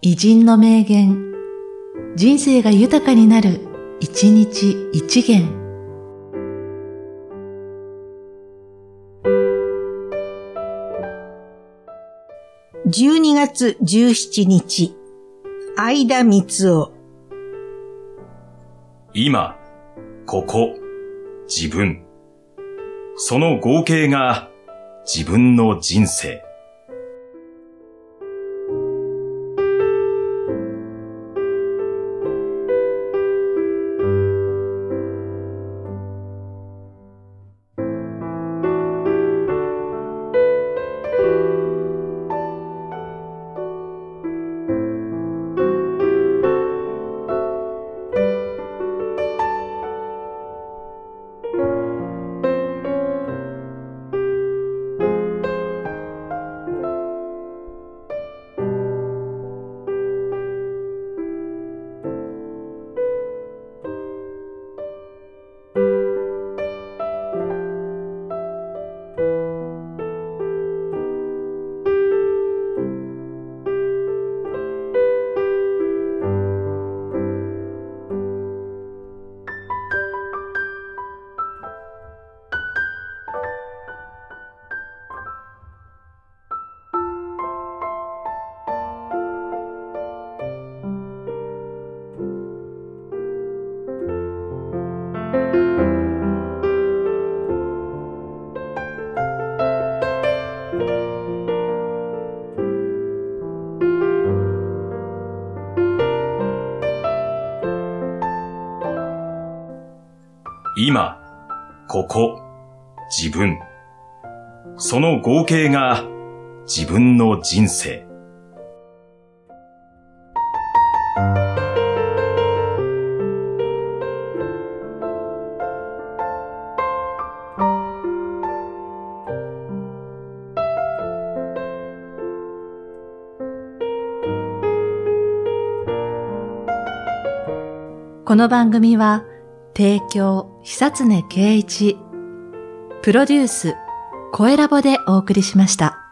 偉人の名言、人生が豊かになる、一日一元。 12月17日、相田みつお。 今、ここ、自分。その合計が自分の人生。今、ここ、自分。その合計が自分の人生。 この番組は、提供、久常圭一、プロデュース、声ラボでお送りしました。